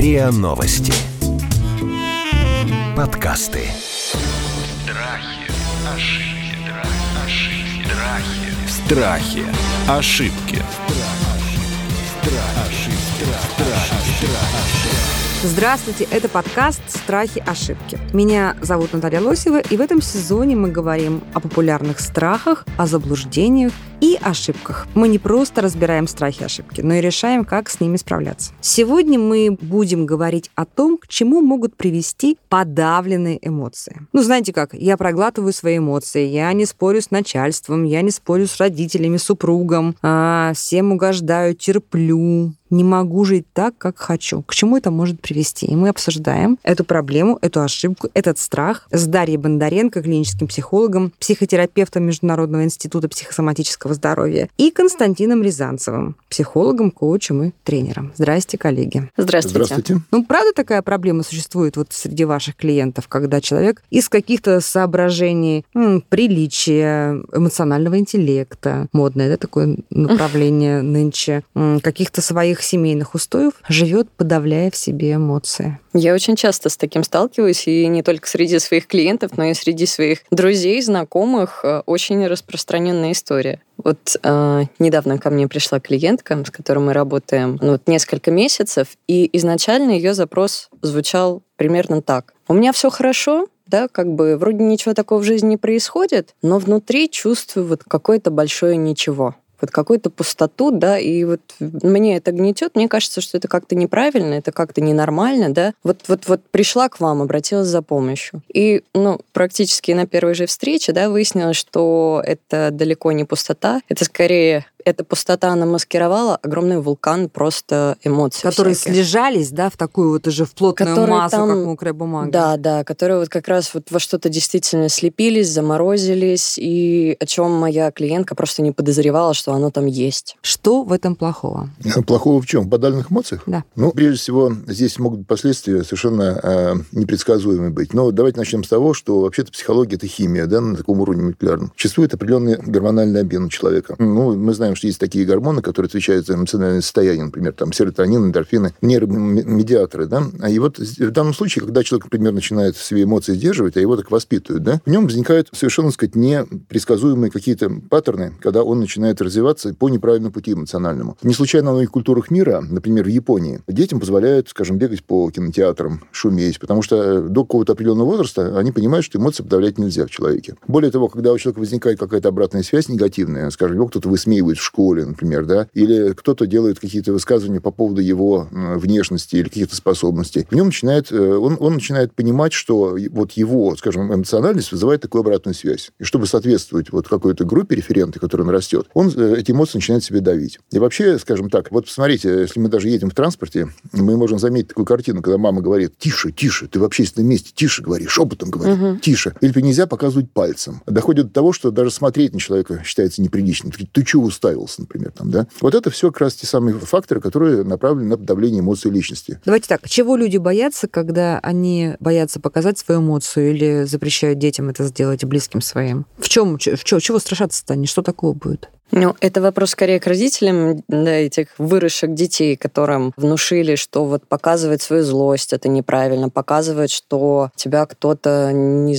РИА Новости. Подкасты. Страхи. Ошибки. Здравствуйте, это подкаст «Страхи. Ошибки». Меня зовут Наталья Лосева, и в этом сезоне мы говорим о популярных страхах, о заблуждениях и ошибках. Мы не просто разбираем страхи и ошибки, но и решаем, как с ними справляться. Сегодня мы будем говорить о том, к чему могут привести подавленные эмоции. Знаете как, я проглатываю свои эмоции, я не спорю с начальством, я не спорю с родителями, супругом, всем угождаю, терплю. Не могу жить так, как хочу. К чему это может привести? И мы обсуждаем эту проблему, эту ошибку, этот страх с Дарьей Бондаренко, клиническим психологом, психотерапевтом Международного института психосоматического здоровья, и Константином Рязанцевым, психологом, коучем и тренером. Здрасте, коллеги. Здравствуйте. Правда такая проблема существует среди ваших клиентов, когда человек из каких-то соображений приличия, эмоционального интеллекта, модное, такое направление нынче, каких-то своих семейных устоев, живет, подавляя в себе эмоции? Я очень часто с таким сталкиваюсь, и не только среди своих клиентов, но и среди своих друзей, знакомых. Очень распространенная история. Недавно ко мне пришла клиентка, с которой мы работаем несколько месяцев, и изначально ее запрос звучал примерно так. У меня все хорошо, вроде ничего такого в жизни не происходит, но внутри чувствую какое-то большое ничего. Какую-то пустоту, и мне это гнетет, мне кажется, что это как-то неправильно, это как-то ненормально, пришла к вам, обратилась за помощью. И, практически на первой же встрече, выяснилось, что это далеко не пустота, это скорее... Эта пустота, она маскировала огромный вулкан просто эмоций. Которые всяких. Слежались, в такую уже в плотную массу, как мокрая бумага. Да, которые как раз во что-то действительно слепились, заморозились, и о чем моя клиентка просто не подозревала, что оно там есть. Что в этом плохого? Плохого в чем? В подавленных эмоциях? Да. Прежде всего, здесь могут быть последствия совершенно непредсказуемые быть. Но давайте начнем с того, что вообще-то психология – это химия, на таком уровне молекулярном. Существует определенный гормональный обмен у человека. Мы знаем, что есть такие гормоны, которые отвечают за эмоциональное состояние, например, серотонин, эндорфины, нейромедиаторы, И в данном случае, когда человек, например, начинает свои эмоции сдерживать, а его так воспитывают, в нем возникают совершенно, непредсказуемые какие-то паттерны, когда он начинает развиваться по неправильному пути эмоциональному. Не случайно в многих культурах мира, например, в Японии, детям позволяют, бегать по кинотеатрам, шуметь, потому что до какого-то определенного возраста они понимают, что эмоции подавлять нельзя в человеке. Более того, когда у человека возникает какая-то обратная связь негативная, его кто-то высмеивает в школе, например, или кто-то делает какие-то высказывания по поводу его внешности или каких-то способностей, в нем начинает, он начинает понимать, что его, эмоциональность вызывает такую обратную связь. И чтобы соответствовать какой-то группе референты, которой он растет, он эти эмоции начинает себе давить. И вообще, посмотрите, если мы даже едем в транспорте, мы можем заметить такую картину, когда мама говорит: тише, ты в общественном месте тише говори, шепотом говори, тише. Или нельзя показывать пальцем. Доходит до того, что даже смотреть на человека считается неприличным. Ты чего уставился, например, это все как раз те самые факторы, которые направлены на подавление эмоций личности. Давайте так, чего люди боятся, когда они боятся показать свою эмоцию или запрещают детям это сделать, близким своим? Чего страшаться-то они? Что такого будет? Это вопрос скорее к родителям, этих выросших детей, которым внушили, что показывать свою злость — это неправильно, показывать, что тебя кто-то,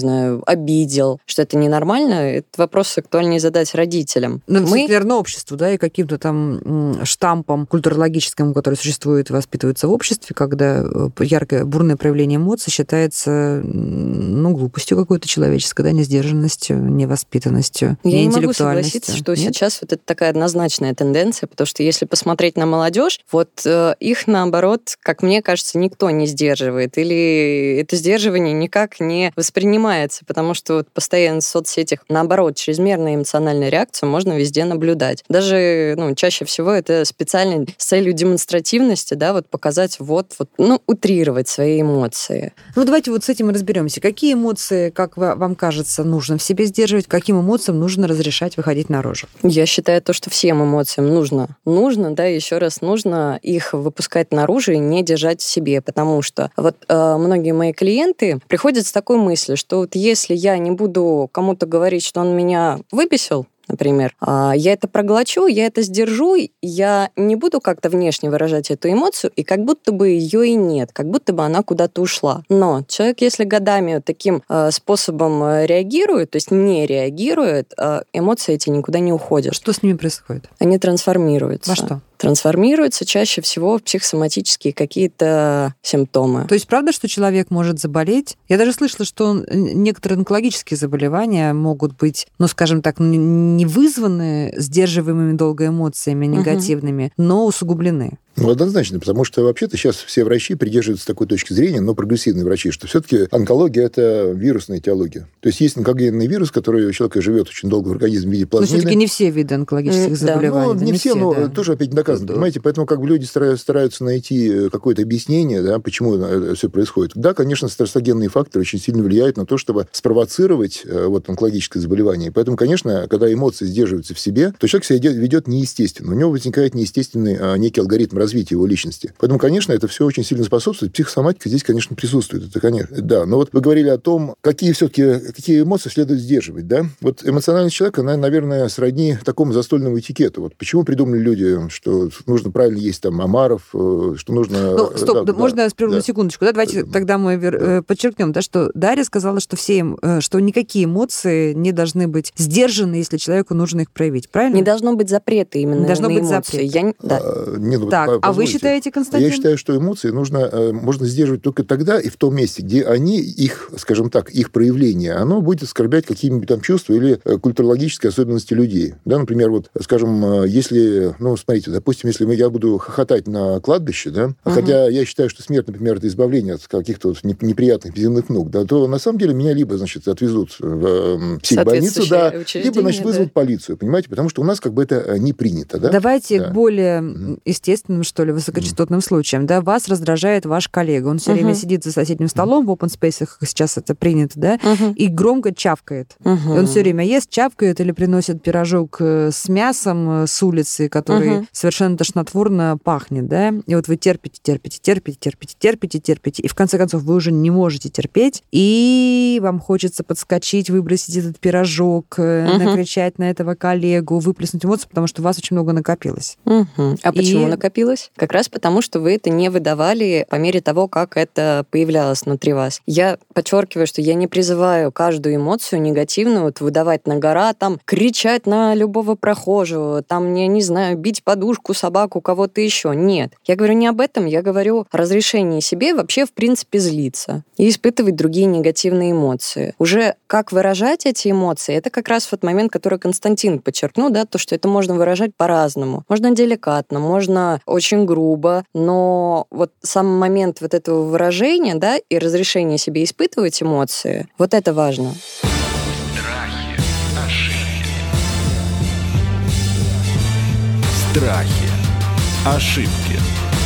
обидел, что это ненормально. Этот вопрос актуальнее задать родителям. Наверное, обществу, и каким-то там штампом культурологическим, который существует, воспитывается в обществе, когда яркое, бурное проявление эмоций считается, глупостью какой-то человеческой, несдержанностью, невоспитанностью, неинтеллектуальностью. Я не могу согласиться, что Нет? Сейчас это такая однозначная тенденция, потому что если посмотреть на молодежь, их, наоборот, как мне кажется, никто не сдерживает, или это сдерживание никак не воспринимается, потому что постоянно в соцсетях, наоборот, чрезмерную эмоциональную реакцию можно везде наблюдать. Даже, чаще всего это специально с целью демонстративности, показать, утрировать свои эмоции. Давайте с этим и разберемся. Какие эмоции, как вам кажется, нужно в себе сдерживать, каким эмоциям нужно разрешать выходить наружу? Я считаю, что всем эмоциям нужно, еще раз нужно их выпускать наружу и не держать в себе, потому что многие мои клиенты приходят с такой мыслью, что если я не буду кому-то говорить, что он меня выбесил, например, я это проглочу, я это сдержу, я не буду как-то внешне выражать эту эмоцию, и как будто бы ее и нет, как будто бы она куда-то ушла. Но человек, если годами таким способом реагирует, то есть не реагирует, эмоции эти никуда не уходят. Что с ними происходит? Они трансформируются. Во что? Трансформируются чаще всего в психосоматические какие-то симптомы. То есть правда, что человек может заболеть? Я даже слышала, что некоторые онкологические заболевания могут быть, скажем так, не вызваны сдерживаемыми долго эмоциями негативными, но усугублены. Однозначно, потому что вообще-то сейчас все врачи придерживаются такой точки зрения, но прогрессивные врачи, что все-таки онкология – это вирусная этиология. То есть онкогенный вирус, который у человека живет очень долго в организме в виде плазмины. Но все-таки не все виды онкологических заболеваний. Не все, но тоже опять не доказано, понимаете? Поэтому люди стараются найти какое-то объяснение, почему все происходит. Да, конечно, стрессогенные факторы очень сильно влияют на то, чтобы спровоцировать онкологическое заболевание. Поэтому, конечно, когда эмоции сдерживаются в себе, то человек себя ведет неестественно. У него возникает неестественный некий алгоритм развития его личности. Поэтому, конечно, это все очень сильно способствует. Психосоматика здесь, конечно, присутствует. Это, конечно, да. Но вы говорили о том, какие эмоции следует сдерживать, да? Эмоциональность человека, она, наверное, сродни такому застольному этикету. Почему придумали люди, что нужно правильно есть омаров, что нужно... Можно я прерву на секундочку? Давайте тогда мы подчеркнем, что Дарья сказала, что что никакие эмоции не должны быть сдержаны, если человеку нужно их проявить. Правильно? Не должно быть запрета именно на эмоции. Так, а вы считаете, Константин? Я считаю, что эмоции можно сдерживать только тогда и в том месте, где они, их проявление, оно будет оскорблять какие-нибудь там чувства или культурологические особенности людей. Да, например, если, смотрите, допустим, если я буду хохотать на кладбище, да, хотя я считаю, что смерть, например, это избавление от каких-то неприятных земных мук, да, то на самом деле меня либо, отвезут в психбольницу, да, либо, вызовут полицию, понимаете, потому что у нас это не принято, да. Давайте к более естественным, что ли, высокочастотным случаям, да, вас раздражает ваш коллега, он все время сидит за соседним столом в open space, сейчас это принято, да, и громко чавкает. И он все время ест, чавкает или приносит пирожок с мясом с улицы, который совершенно тошнотворно пахнет, да, и вы терпите, и в конце концов вы уже не можете терпеть, и вам хочется подскочить, выбросить этот пирожок, накричать на этого коллегу, выплеснуть эмоции, потому что у вас очень много накопилось. А почему накопилось? Как раз потому, что вы это не выдавали по мере того, как это появлялось внутри вас. Я подчеркиваю, что я не призываю каждую эмоцию негативную выдавать на гора, кричать на любого прохожего, не знаю, бить подушку, собаку, кого-то еще. Нет. Я говорю не об этом, я говорю о разрешении себе вообще, в принципе, злиться и испытывать другие негативные эмоции. Уже как выражать эти эмоции, это как раз момент, который Константин подчеркнул, да, то, что это можно выражать по-разному. Можно деликатно, можно очень грубо, но сам момент этого выражения, да, и разрешения себе испытывать эмоции, это важно. Страхи, ошибки. Страхи, ошибки.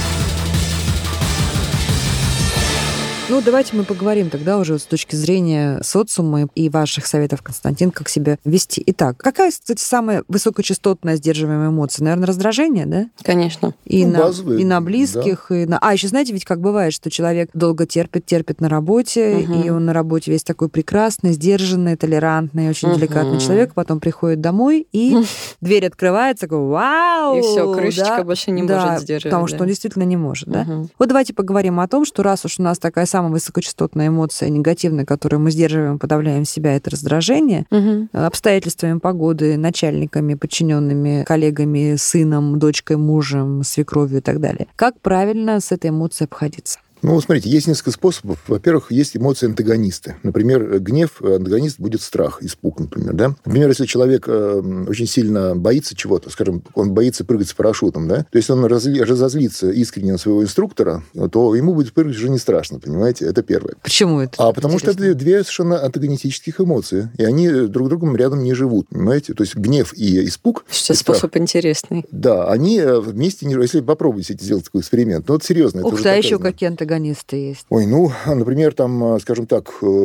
Давайте мы поговорим тогда уже с точки зрения социума и ваших советов, Константин, как себя вести. Итак, какая, кстати, самая высокочастотная сдерживаемая эмоция? Наверное, раздражение, да? Конечно. И на близких, да. И на... еще знаете, ведь как бывает, что человек долго терпит на работе, и он на работе весь такой прекрасный, сдержанный, толерантный, очень деликатный человек, потом приходит домой, и дверь открывается, такой, вау! И все, крышечка больше не может сдерживать. Потому что он действительно не может, да? Давайте поговорим о том, что раз уж у нас такая самая высокочастотная эмоция негативная, которую мы сдерживаем, подавляем себя, это раздражение, обстоятельствами погоды, начальниками, подчиненными, коллегами, сыном, дочкой, мужем, свекровью и так далее. Как правильно с этой эмоцией обходиться? Смотрите, есть несколько способов. Во-первых, есть эмоции антагониста. Например, гнев, антагонист будет страх, испуг, например, да? Например, если человек очень сильно боится чего-то, скажем, он боится прыгать с парашютом, да? То есть он разозлится искренне на своего инструктора, то ему будет прыгать уже не страшно, понимаете? Это первое. Почему это? Потому что это две совершенно антагонистических эмоции, и они друг с другом рядом не живут, понимаете? То есть гнев и испуг... Что способ интересный. Да, они вместе не... Если попробуйте сделать такой эксперимент, это серьезно. Ух ты, а еще какие антагонисты есть? Например, скажем так,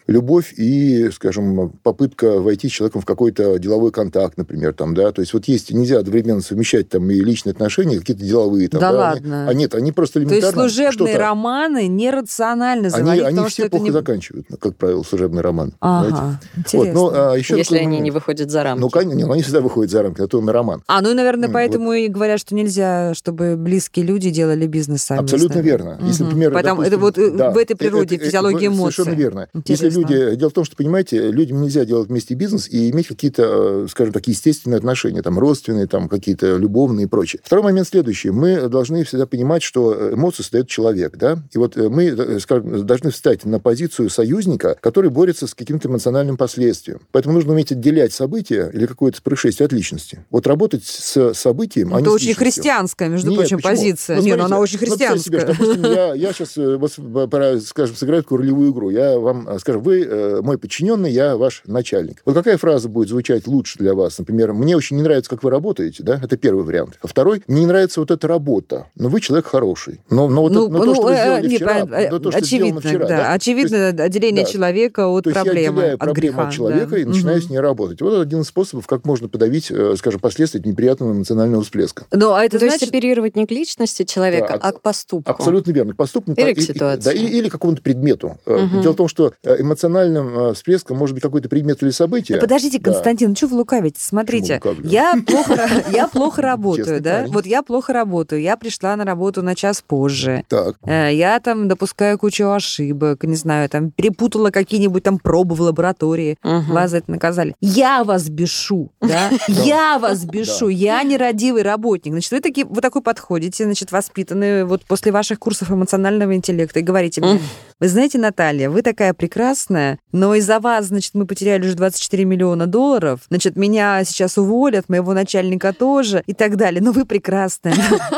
любовь и, скажем, попытка войти с человеком в какой-то деловой контакт, например, там, да, то есть вот есть, нельзя одновременно совмещать там и личные отношения, какие-то деловые. Там, да, да, ладно. Нет, они просто элементарно... То есть служебные романы нерационально заводить, они потому все что плохо это заканчивают, как правило, служебный роман. Ага, интересно. Вот, еще если они не выходят за рамки. Ну, конечно, они всегда выходят за рамки, а то на роман. Ну и, наверное, поэтому и говорят, что нельзя, чтобы близкие люди делали бизнес сами. Абсолютно верно. Если, например, поэтому допустим, это вот в этой природе физиологии эмоций. Совершенно верно. Интересно. Если люди... Дело в том, что, понимаете, людям нельзя делать вместе бизнес и иметь какие-то, скажем так, естественные отношения, там, родственные, там, какие-то любовные и прочее. Второй момент следующий. Мы должны всегда понимать, что эмоции создает человек, да? И вот мы, скажем, должны встать на позицию союзника, который борется с каким-то эмоциональным последствием. Поэтому нужно уметь отделять события или какое-то происшествие от личности. Вот работать с событием, а не с очень личностью. Христианская, между прочим, почему? позиция. Смотрите, она очень христианская. Себе, что, допустим, я сейчас, скажем, сыграю такую ролевую игру. Я вам скажу, вы мой подчиненный, я ваш начальник. Вот какая фраза будет звучать лучше для вас? Например, мне очень не нравится, как вы работаете, да? Это первый вариант. А второй, мне не нравится вот эта работа, но вы человек хороший. Но то, что вы сделали вчера, то, что сделано вчера. Да, очевидно, отделение человека от проблемы, от греха. От человека и начинаю с ней работать. Вот один из способов, как можно подавить, скажем, последствия неприятного эмоционального всплеска. То есть оперировать не к личности человека, а к поступку. Абсолютно верно. К поступку. Или к ситуации. Или к какому-то предмету. Дело в том, что эмоциональным всплеском может быть какой-то предмет или событие. Подождите, Константин, что вы лукавите? Смотрите, я плохо работаю, да? Вот я плохо работаю. Я пришла на работу на час позже. Так. Я там допускаю кучу ошибок, не знаю, там перепутала какие-нибудь там пробы в лаборатории. Вас за это наказали. Я вас бешу, да? Я вас бешу. Я нерадивый работник. Значит, вы такой подходите, значит, воспитанные вот после ваших курсов эмоционального интеллекта и говорите мне, вы знаете, Наталья, вы такая прекрасная, но из-за вас, значит, мы потеряли уже 24 миллиона долларов, значит, меня сейчас уволят, моего начальника тоже и так далее. Но вы прекрасная.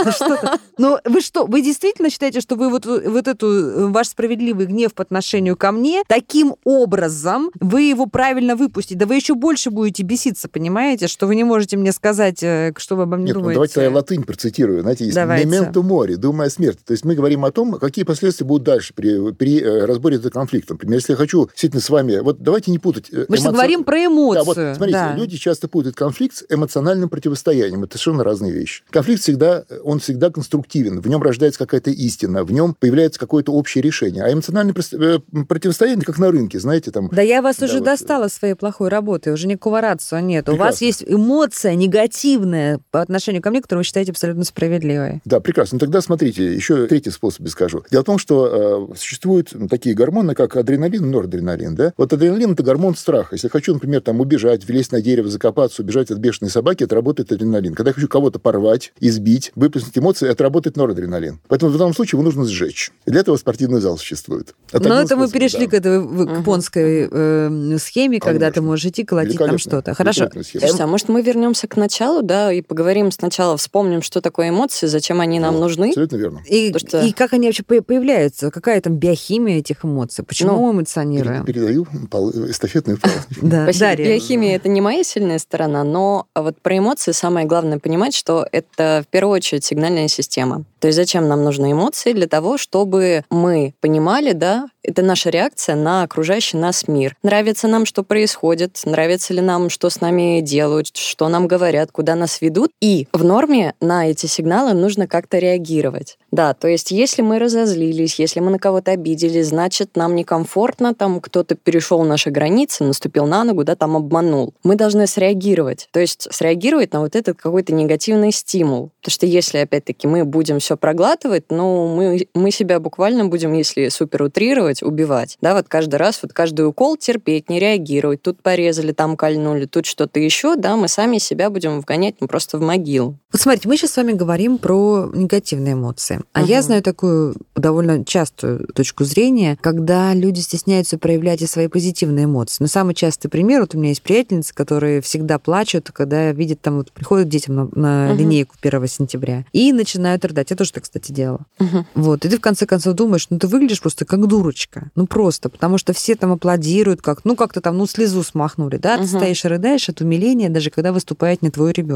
Ну, вы что, вы действительно считаете, что вы вот эту ваш справедливый гнев по отношению ко мне, таким образом вы его правильно выпустите? Да вы еще больше будете беситься, понимаете, что вы не можете мне сказать, что вы обо мне думаете. Давайте я латынь процитирую. Знаете, есть «memento mori», думая о смерти. То есть мы говорим о том, какие последствия будут дальше при разборе этого конфликта. Например, если я хочу действительно с вами... Вот давайте не путать... Мы же говорим про эмоцию. Да, вот, смотрите, люди часто путают конфликт с эмоциональным противостоянием. Это совершенно разные вещи. Конфликт всегда конструктивен. В нем рождается какая-то истина, в нем появляется какое-то общее решение. А эмоциональное противостояние, как на рынке, знаете, там... Да я вас уже достала своей плохой работой, уже никакого рацио нет. Прекрасно. У вас есть эмоция негативная по отношению ко мне, которую вы считаете абсолютно справедливой. Да, прекрасно. Тогда смотрите, еще третий способ скажу. Дело в том, что существуют такие гормоны, как адреналин и норадреналин. Да? Вот адреналин – это гормон страха. Если хочу, например, там, убежать, влезть на дерево, закопаться, убежать от бешеной собаки, это работает адреналин. Когда я хочу кого-то порвать, избить, выплеснуть эмоции, это работает норадреналин. Поэтому в данном случае его нужно сжечь. И для этого спортивный зал существует. Но это мы перешли к японской схеме, когда ты можешь идти колотить там что-то. Хорошо. Слушайте, а может мы вернемся к началу, да, и поговорим сначала, вспомним, что такое эмоции, зачем они нам нужны? Абсолютно верно. И как они вообще появляются? Какая там биохимия этих эмоций? Почему мы эмоционируем? Передаю эстафетную палочку. Да, Дарья. Биохимия — это не моя сильная сторона, но вот про эмоции самое главное понимать, что это в первую очередь сигнальная система. То есть зачем нам нужны эмоции? Для того, чтобы мы понимали, да, это наша реакция на окружающий нас мир. Нравится нам, что происходит, нравится ли нам, что с нами делают, что нам говорят, куда нас ведут. И в норме на эти сигналы нужно как-то реагировать. Да, то есть если мы разозлились, если мы на кого-то обиделись, значит, нам некомфортно, там кто-то перешел наши границы, наступил на ногу, да, там обманул. Мы должны среагировать. То есть среагировать на вот этот какой-то негативный стимул. Потому что если, опять-таки, мы будем все проглатывать, ну, мы себя буквально будем, если супер утрировать, убивать. Да, вот каждый раз, вот каждый укол терпеть, не реагировать. Тут порезали, там кольнули, тут что-то еще, да, мы сами себя будем вгонять просто в могилу. Вот смотрите, мы сейчас с вами говорим про негативные эмоции. А я знаю такую довольно частую точку зрения, когда люди стесняются проявлять и свои позитивные эмоции. Но самый частый пример, вот у меня есть приятельницы, которые всегда плачут, когда видят, там вот приходят детям на линейку 1 сентября и начинают рыдать. Я тоже так, кстати, делала. Вот. И ты в конце концов думаешь, ну ты выглядишь просто как дурочка. Ну просто, потому что все там аплодируют, как-то там, слезу смахнули, да? Ты стоишь и рыдаешь от умиления, даже когда выступает не твой ребенок.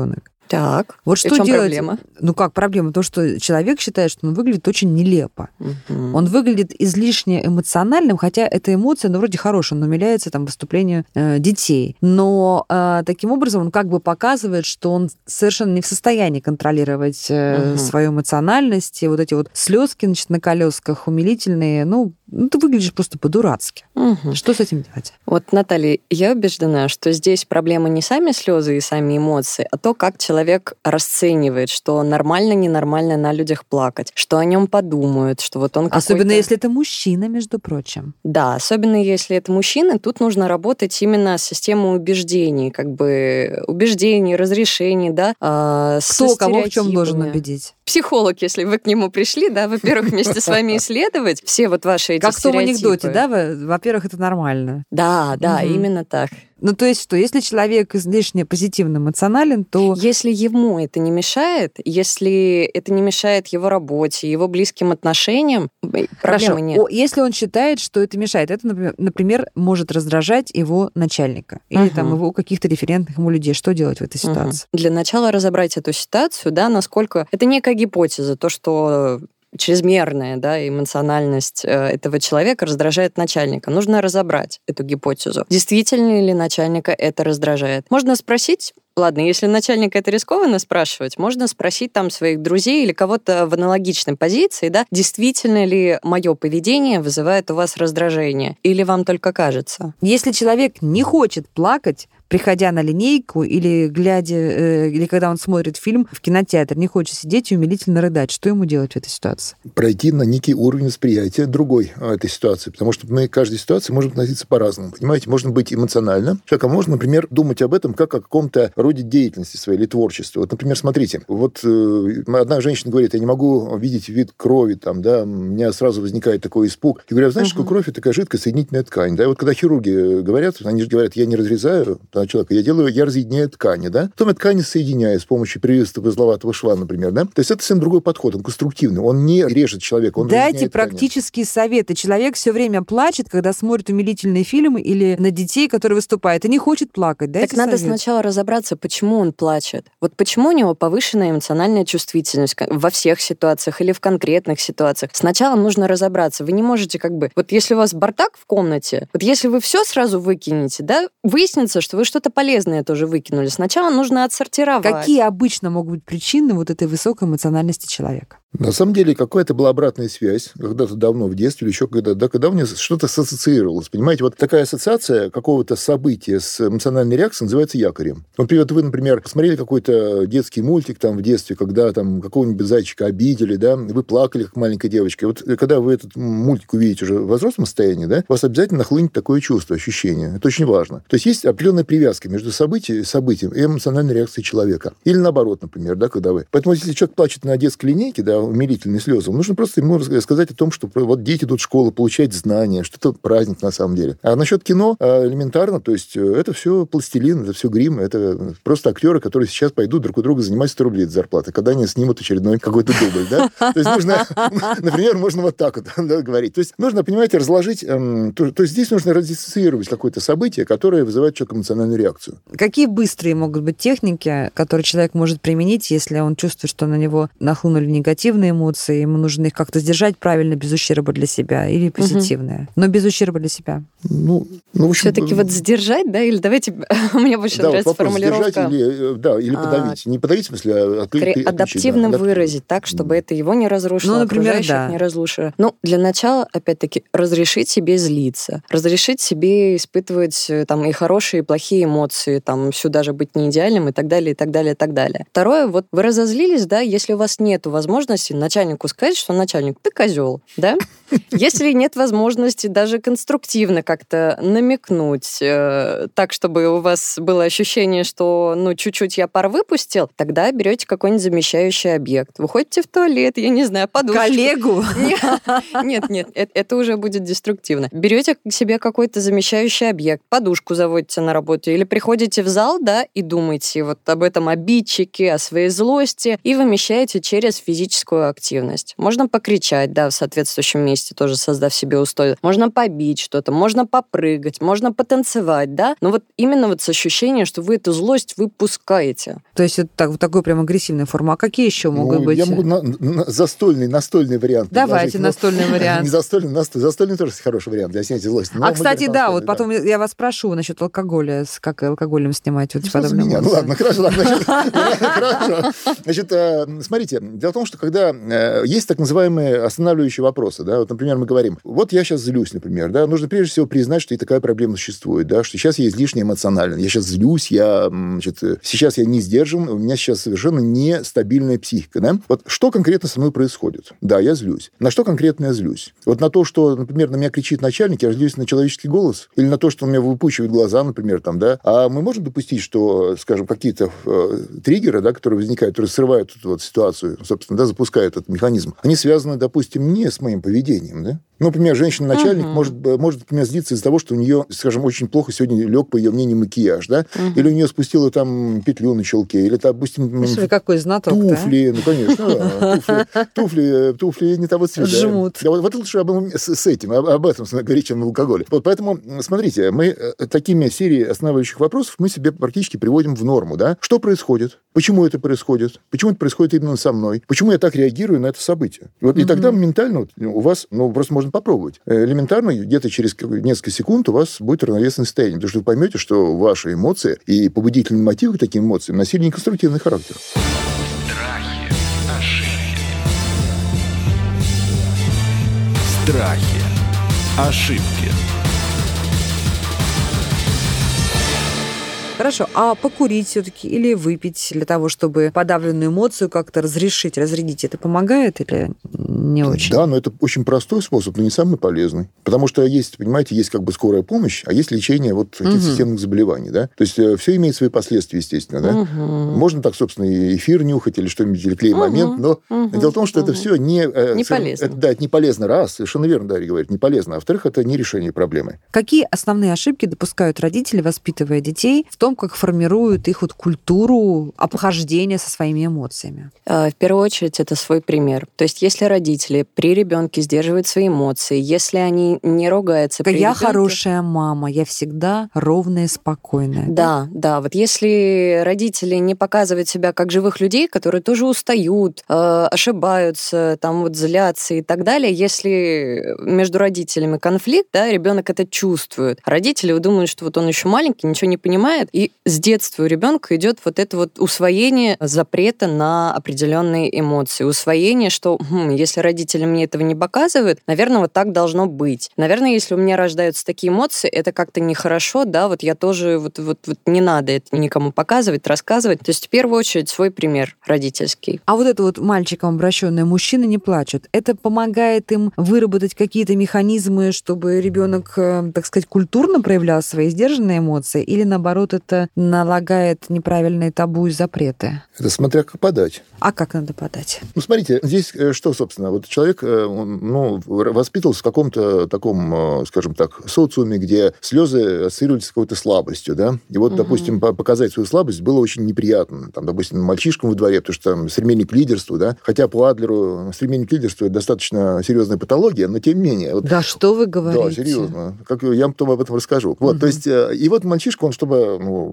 Так, Вот и что в чем делать? проблема? Ну как проблема? То, что человек считает, что он выглядит очень нелепо. Он выглядит излишне эмоциональным, хотя эта эмоция, ну, вроде хорошая, он умиляется там выступлению детей. Но таким образом он как бы показывает, что он совершенно не в состоянии контролировать свою эмоциональность. И вот эти вот слезки, значит, на колесках умилительные, ну, ты выглядишь просто по-дурацки. Что с этим делать? Вот, Наталья, я убеждена, что здесь проблема не сами слезы и сами эмоции, а то, как человек расценивает, что нормально, ненормально на людях плакать, что о нем подумают, что вот он Особенно если это мужчина, между прочим. Да, особенно если это мужчина, тут нужно работать именно с системой убеждений, как бы убеждений, разрешений, да. Кто кого в чем должен убедить? Психолог, если вы к нему пришли, да, во-первых, вместе с вами исследовать все вот ваши эти как в том стереотипы. анекдоте, да? Во-первых, это нормально. Да, именно так. Ну, то есть что, если человек излишне позитивно эмоционален, то... Если ему это не мешает, если это не мешает его работе, его близким отношениям, проблемы нет. Если он считает, что это мешает, это, например, может раздражать его начальника или там его каких-то референтных ему людей. Что делать в этой ситуации? Для начала разобрать эту ситуацию, да, насколько... Это некая гипотеза, то, что чрезмерная, да, эмоциональность этого человека раздражает начальника. Нужно разобрать эту гипотезу. Действительно ли начальника это раздражает? Можно спросить, ладно, если начальника это рискованно спрашивать, можно спросить там своих друзей или кого-то в аналогичной позиции, да, действительно ли мое поведение вызывает у вас раздражение, или вам только кажется? Если человек не хочет плакать, приходя на линейку или глядя, или когда он смотрит фильм в кинотеатре, не хочет сидеть и умилительно рыдать, что ему делать в этой ситуации? Пройти на некий уровень восприятия другой этой ситуации, потому что мы к каждой ситуации можем относиться по-разному. Понимаете, можно быть эмоционально, а можно, например, думать об этом как о каком-то роде деятельности своей или творчества. Вот, например, смотрите, вот одна женщина говорит, я не могу видеть вид крови, там, да, у меня сразу возникает такой испуг. Я говорю, знаешь, что кровь – это такая жидкая соединительная ткань, да, и вот когда хирурги говорят, они же говорят, я не разрезаю человека, я разъединяю ткани, да, потом я ткани соединяю с помощью прививистого узловатого шва, например, да, то есть это совсем другой подход, он конструктивный, он не режет человека, он Дайте практические советы. Человек все время плачет, когда смотрит умилительные фильмы или на детей, которые выступают, и не хочет плакать. Дайте так надо совет. Сначала разобраться, почему он плачет. Вот почему у него повышенная эмоциональная чувствительность во всех ситуациях или в конкретных ситуациях. Сначала нужно разобраться. Вы не можете как бы... Вот если у вас бардак в комнате, вот если вы все сразу выкинете, да, выяснится, что вы что-то полезное тоже выкинули. Сначала нужно отсортировать. Какие обычно могут быть причины вот этой высокой эмоциональности человека? На самом деле, какая-то была обратная связь когда-то давно в детстве или еще когда у меня что-то ассоциировалось. Понимаете, вот такая ассоциация какого-то события с эмоциональной реакцией называется якорем. Вот вы, например, посмотрели какой-то детский мультик там в детстве, когда там какого-нибудь зайчика обидели, да, вы плакали, как маленькая девочка. И вот когда вы этот мультик увидите уже в взрослом состоянии, да, у вас обязательно нахлынет такое чувство, ощущение. Это очень важно. То есть есть определенная привязка между событием и эмоциональной реакцией человека. Или наоборот, например, да, когда вы... Поэтому если человек плачет на детской линейке, да, умилительные слезы, нужно просто ему сказать о том, что вот дети идут в школу получать знания, что это праздник на самом деле. А насчет кино элементарно, то есть это все пластилин, это все грим, это просто актеры, которые сейчас пойдут друг у друга занимать 100 рублей от зарплаты, когда они снимут очередной какой-то дубль, да? То есть нужно, например, можно вот так вот говорить. То есть нужно, понимаете, разложить, то есть здесь нужно раздиссоциировать какое-то событие, которое вызывает человеку эмоциональную реакцию. Какие быстрые могут быть техники, которые человек может применить, если он чувствует, что на него нахлынули негативные эмоции, ему нужно их как-то сдержать правильно, без ущерба для себя, или позитивные, но без ущерба для себя? Ну, в общем... Все-таки вот сдержать, да, или давайте... Мне больше нравится формулировка. Сдержать или подавить. Не подавить, в смысле, а отключить. Адаптивно выразить так, чтобы это его не разрушило, ну, например, окружающих не разрушило. Ну, для начала, опять-таки, разрешить себе злиться, разрешить себе испытывать там и хорошие, и плохие эмоции, там, сюда же быть не идеальным и так далее, и так далее, и так далее. Второе, вот вы разозлились, да, если у вас нет возможности начальнику сказать, что начальник, ты козел, да? Если нет возможности даже конструктивно как-то намекнуть так, чтобы у вас было ощущение, что, ну, чуть-чуть я пар выпустил, тогда берете какой-нибудь замещающий объект. Выходите в туалет, я не знаю, подушечку. Коллегу? Нет, это уже будет деструктивно. Берете себе какой-то замещающий объект, подушку заводите на работу, или приходите в зал, да, и думаете вот об этом обидчике, о своей злости, и вымещаете через физическую физическую активность. Можно покричать, да, в соответствующем месте, тоже создав себе условия. Можно побить что-то, можно попрыгать, можно потанцевать, да. Но вот именно вот с ощущением, что вы эту злость выпускаете. То есть это так, вот такой прям агрессивная форма. А какие еще могут быть? Я могу настольный вариант. Давайте настольный вариант. Не застольный тоже хороший вариант для снятия злости. Кстати, да, вот потом я вас спрошу насчет алкоголя, как алкоголем снимать вот подобные эмоции. Ну ладно, хорошо. Значит, смотрите, дело в том, что когда есть так называемые останавливающие вопросы, да, вот, например, мы говорим, вот я сейчас злюсь, например, да, нужно прежде всего признать, что и такая проблема существует, да, что сейчас я излишне эмоционален, я сейчас злюсь, сейчас я не сдержан, у меня сейчас совершенно нестабильная психика, да. Вот что конкретно со мной происходит? Да, я злюсь. На что конкретно я злюсь? Вот на то, что, например, на меня кричит начальник, я злюсь на человеческий голос, или на то, что он меня выпучивает глаза, например, там, да. А мы можем допустить, что, скажем, какие-то триггеры, да, которые возникают, которые срывают эту вот ситуацию, собственно, да, запускают этот механизм, они связаны, допустим, не с моим поведением, да. Ну, например, женщина-начальник может, например, злиться из-за того, что у нее, скажем, очень плохо сегодня лег, по ее мнению, макияж, да, или у нее спустила там петлю на челке, или, допустим... Какой знаток, туфли, ну, конечно, туфли не того цвета. Жмут. Вот лучше с этим, об этом говорить, чем на алкоголе. Вот поэтому, смотрите, мы такими серией основывающих вопросов мы себе практически приводим в норму, да. Что происходит? Почему это происходит? Почему это происходит именно со мной? Почему я так реагирую на это событие? Вот, и тогда моментально у вас, просто можно попробовать. Элементарно, где-то через несколько секунд у вас будет равновесное состояние, потому что вы поймете, что ваши эмоции и побудительные мотивы к таким эмоциям носили неконструктивный характер. Страхи, ошибки. Страхи, ошибки. Хорошо, а покурить все-таки или выпить для того, чтобы подавленную эмоцию как-то разрядить, это помогает или не очень? Да, но это очень простой способ, но не самый полезный. Потому что есть, понимаете, есть как бы скорая помощь, а есть лечение вот этих системных заболеваний, да. То есть все имеет свои последствия, естественно, да. Можно так, собственно, и эфир нюхать или что-нибудь, или клей-момент, но дело в том, что это все не полезно. Это не полезно, раз, совершенно верно, Дарья говорит, не полезно, а во-вторых, это не решение проблемы. Какие основные ошибки допускают родители, воспитывая детей, в том, как формируют их вот культуру обхождения со своими эмоциями? В первую очередь, это свой пример. То есть, если родители при ребенке сдерживают свои эмоции, если они не ругаются при Я ребенке... хорошая мама, я всегда ровная и спокойная. Да. Вот если родители не показывают себя как живых людей, которые тоже устают, ошибаются, там вот злятся и так далее, если между родителями конфликт, да, ребенок это чувствует. Родители думают, что вот он еще маленький, ничего не понимает, и с детства у ребенка идет вот это вот усвоение запрета на определенные эмоции, усвоение, что если родители мне этого не показывают, наверное, вот так должно быть. Наверное, если у меня рождаются такие эмоции, это как-то нехорошо, да, вот я тоже вот не надо это никому показывать, рассказывать. То есть в первую очередь свой пример родительский. А вот это вот мальчикам обращенное «мужчины не плачут», это помогает им выработать какие-то механизмы, чтобы ребенок, так сказать, культурно проявлял свои сдержанные эмоции, или наоборот это налагает неправильные табу и запреты? Это смотря как подать. А как надо подать? Ну, смотрите, здесь что, собственно, вот человек, воспитывался в каком-то таком, скажем так, социуме, где слезы ассоциировались с какой-то слабостью, да, и вот, допустим, показать свою слабость было очень неприятно, там, допустим, мальчишкам во дворе, потому что там стремление к лидерству, да, хотя по Адлеру стремление к лидерству это достаточно серьезная патология, но тем не менее. Вот, да, что вы говорите? Да, серьезно. Я вам потом об этом расскажу. Вот, то есть, и вот мальчишка, он, чтобы,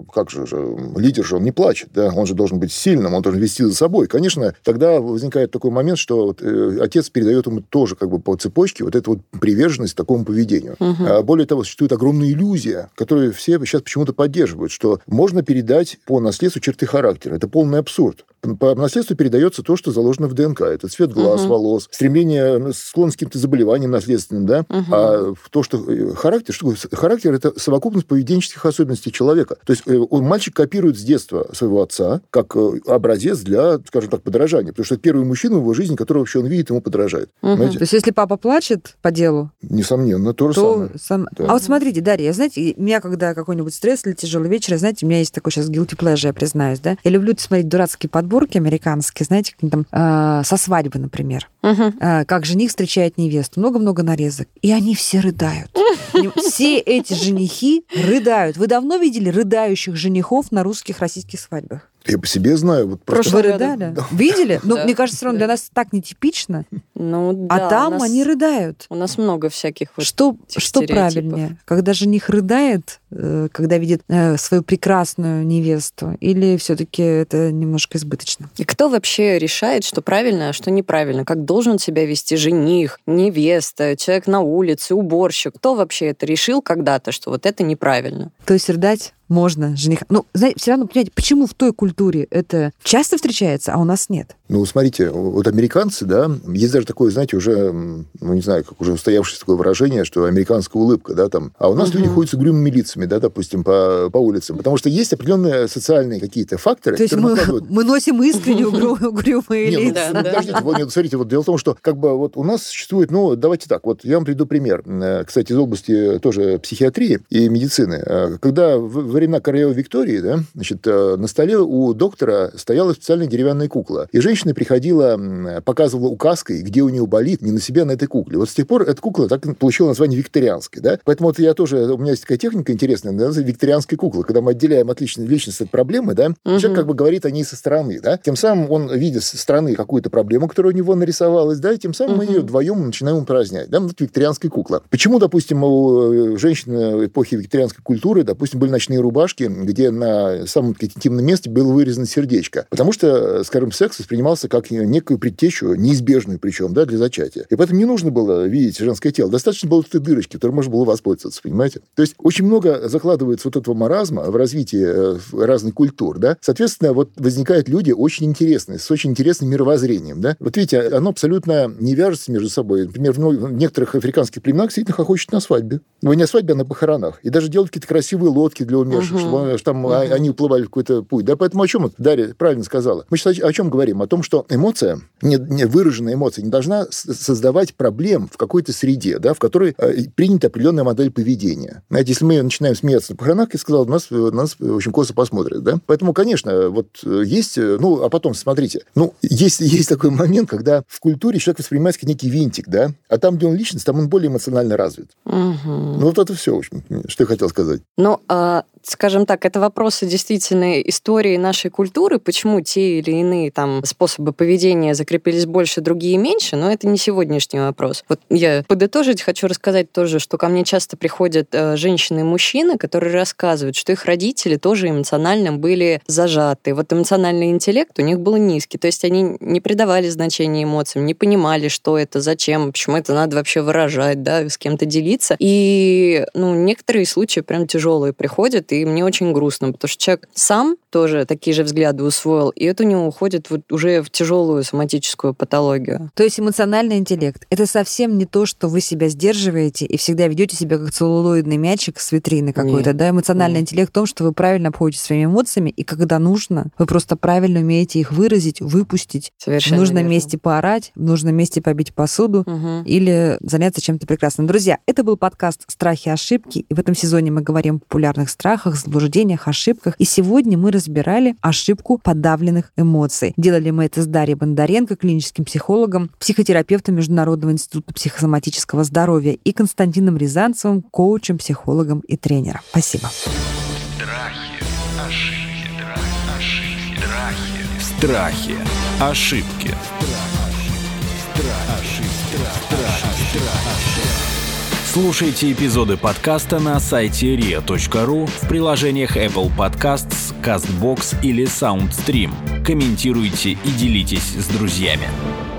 лидер же, он не плачет, да, он же должен быть сильным, он должен вести за собой. Конечно, тогда возникает такой момент, что отец передает ему тоже как бы по цепочке вот эту вот приверженность такому поведению. Более того, существует огромная иллюзия, которую все сейчас почему-то поддерживают, что можно передать по наследству черты характера. Это полный абсурд. По наследству передается то, что заложено в ДНК. Это цвет глаз, волос, стремление, склонность к каким-то заболеваниям наследственным, да? А то, что характер, характер – это совокупность поведенческих особенностей человека. То есть мальчик копирует с детства своего отца как образец для, скажем так, подражания. Потому что это первый мужчина в его жизни, которого вообще он видит, ему подражает. То есть если папа плачет по делу, несомненно, то же самое. Да. А вот смотрите, Дарья, знаете, у меня, когда какой-нибудь стресс или тяжелый вечер, знаете, у меня есть такой сейчас guilty pleasure, я признаюсь, да? Я люблю смотреть дурацкие подборки американские, знаете, там со свадьбы, например. Как жених встречает невесту. Много-много нарезок. И они все рыдают. Все эти женихи рыдают. Вы давно видели рыдающих женихов на русских, российских свадьбах? Я по себе знаю. Вот просто... Вы рыдали? Да. Видели? Ну, Да. мне кажется, все равно для нас так нетипично. Ну, А да, там они рыдают. У нас много всяких вот Что стереотипов. правильнее? Когда жених рыдает, когда видит свою прекрасную невесту, или все-таки это немножко избыточно? И кто вообще решает, что правильно, а что неправильно? Как должен себя вести жених, невеста, человек на улице, уборщик? Кто вообще это решил когда-то, что вот это неправильно? То есть рыдать можно жениха. Ну, знаете, все равно, понимаете, почему в той культуре это часто встречается, а у нас нет? Ну, смотрите, вот американцы, да, есть даже такое, знаете, уже, ну, не знаю, как уже устоявшееся такое выражение, что американская улыбка, да, там. А у нас люди ходят с угрюмыми лицами, да, допустим, по улицам. Потому что есть определенные социальные какие-то факторы, То есть мы носим искренне угрюмые Нет, лица. ну, подождите, вот, нет, смотрите, вот дело в том, что как бы вот у нас существует, ну, давайте так, вот я вам приведу пример, кстати, из области тоже психиатрии и медицины. Когда во времена королевы Виктории, да, значит, на столе у доктора стояла специальная деревянная кукла, и женщина приходила, показывала указкой, где у нее болит, не на себя, а на этой кукле. Вот с тех пор эта кукла так получила название викторианской, да, поэтому вот я тоже, у меня есть такая техника интересная, называется викторианская кукла, когда мы отделяем личность от проблемы, да, человек как бы говорит о ней со стороны, да, тем самым он видит со стороны какую-то проблему, которая у него нарисовалась, да, и тем самым мы ее вдвоем начинаем упразднять, да, вот викторианская кукла. Почему, допустим, у женщин эпохи викторианской культуры, допустим, были ночные рубашки, где на самом интимном месте было вырезано сердечко? Потому что, скажем, секс воспринимался как некую предтечу, неизбежную причем, да, для зачатия. И поэтому не нужно было видеть женское тело. Достаточно было этой дырочки, которой можно было воспользоваться, понимаете? То есть очень много закладывается вот этого маразма в развитии разных культур, да. Соответственно, вот возникают люди очень интересные, с очень интересным мировоззрением, да. Вот видите, оно абсолютно не вяжется между собой. Например, в некоторых африканских племенах действительно хохочут на свадьбе. Ну, не на свадьбе, а на похоронах. И даже делают какие-то красивые лодки для умерших, чтобы там они уплывали в какой-то путь. Да, поэтому о чем Дарья правильно сказала? Мы сейчас о чем говорим? О том, что эмоция, не выраженная эмоция, не должна создавать проблем в какой-то среде, да, в которой принята определенная модель поведения. Знаете, если мы начинаем смеяться на похоронах, я сказал, нас очень косо посмотрят, да. Поэтому, конечно, вот есть, ну, а потом, смотрите, ну, есть такой момент, когда в культуре человек воспринимается как некий винтик, да, а там, где он личность, там он более эмоционально развит. Ну, вот это все, в общем, что я хотел сказать. Ну, скажем так, это вопросы действительно истории нашей культуры, почему те или иные там способы поведения закрепились больше, другие меньше, но это не сегодняшний вопрос. Вот я подытожить хочу рассказать тоже, что ко мне часто приходят женщины и мужчины, которые рассказывают, что их родители тоже эмоционально были зажаты. Вот эмоциональный интеллект у них был низкий, то есть они не придавали значения эмоциям, не понимали, что это, зачем, почему это надо вообще выражать, да, с кем-то делиться. И, ну, некоторые случаи прям тяжелые приходят, и мне очень грустно, потому что человек сам тоже такие же взгляды усвоил, и это у него уходит вот уже в тяжелую соматическую патологию. То есть эмоциональный интеллект — это совсем не то, что вы себя сдерживаете и всегда ведете себя как целлулоидный мячик с витрины какой-то, да? Эмоциональный интеллект в том, что вы правильно обходитесь своими эмоциями, и когда нужно, вы просто правильно умеете их выразить, выпустить. Совершенно в нужном верно. месте поорать, в нужном месте побить посуду или заняться чем-то прекрасным. Друзья, это был подкаст «Страхи и ошибки», и в этом сезоне мы говорим о популярных страхах, заблуждениях, ошибках. И сегодня мы разбирали ошибку подавленных эмоций. Делали мы это с Дарьей Бондаренко, клиническим психологом, психотерапевтом Международного института психосоматического здоровья, и Константином Рязанцевым, коучем, психологом и тренером. Спасибо. Страхи, ошибки, ошибки. Слушайте эпизоды подкаста на сайте ria.ru, в приложениях Apple Podcasts, CastBox или SoundStream. Комментируйте и делитесь с друзьями.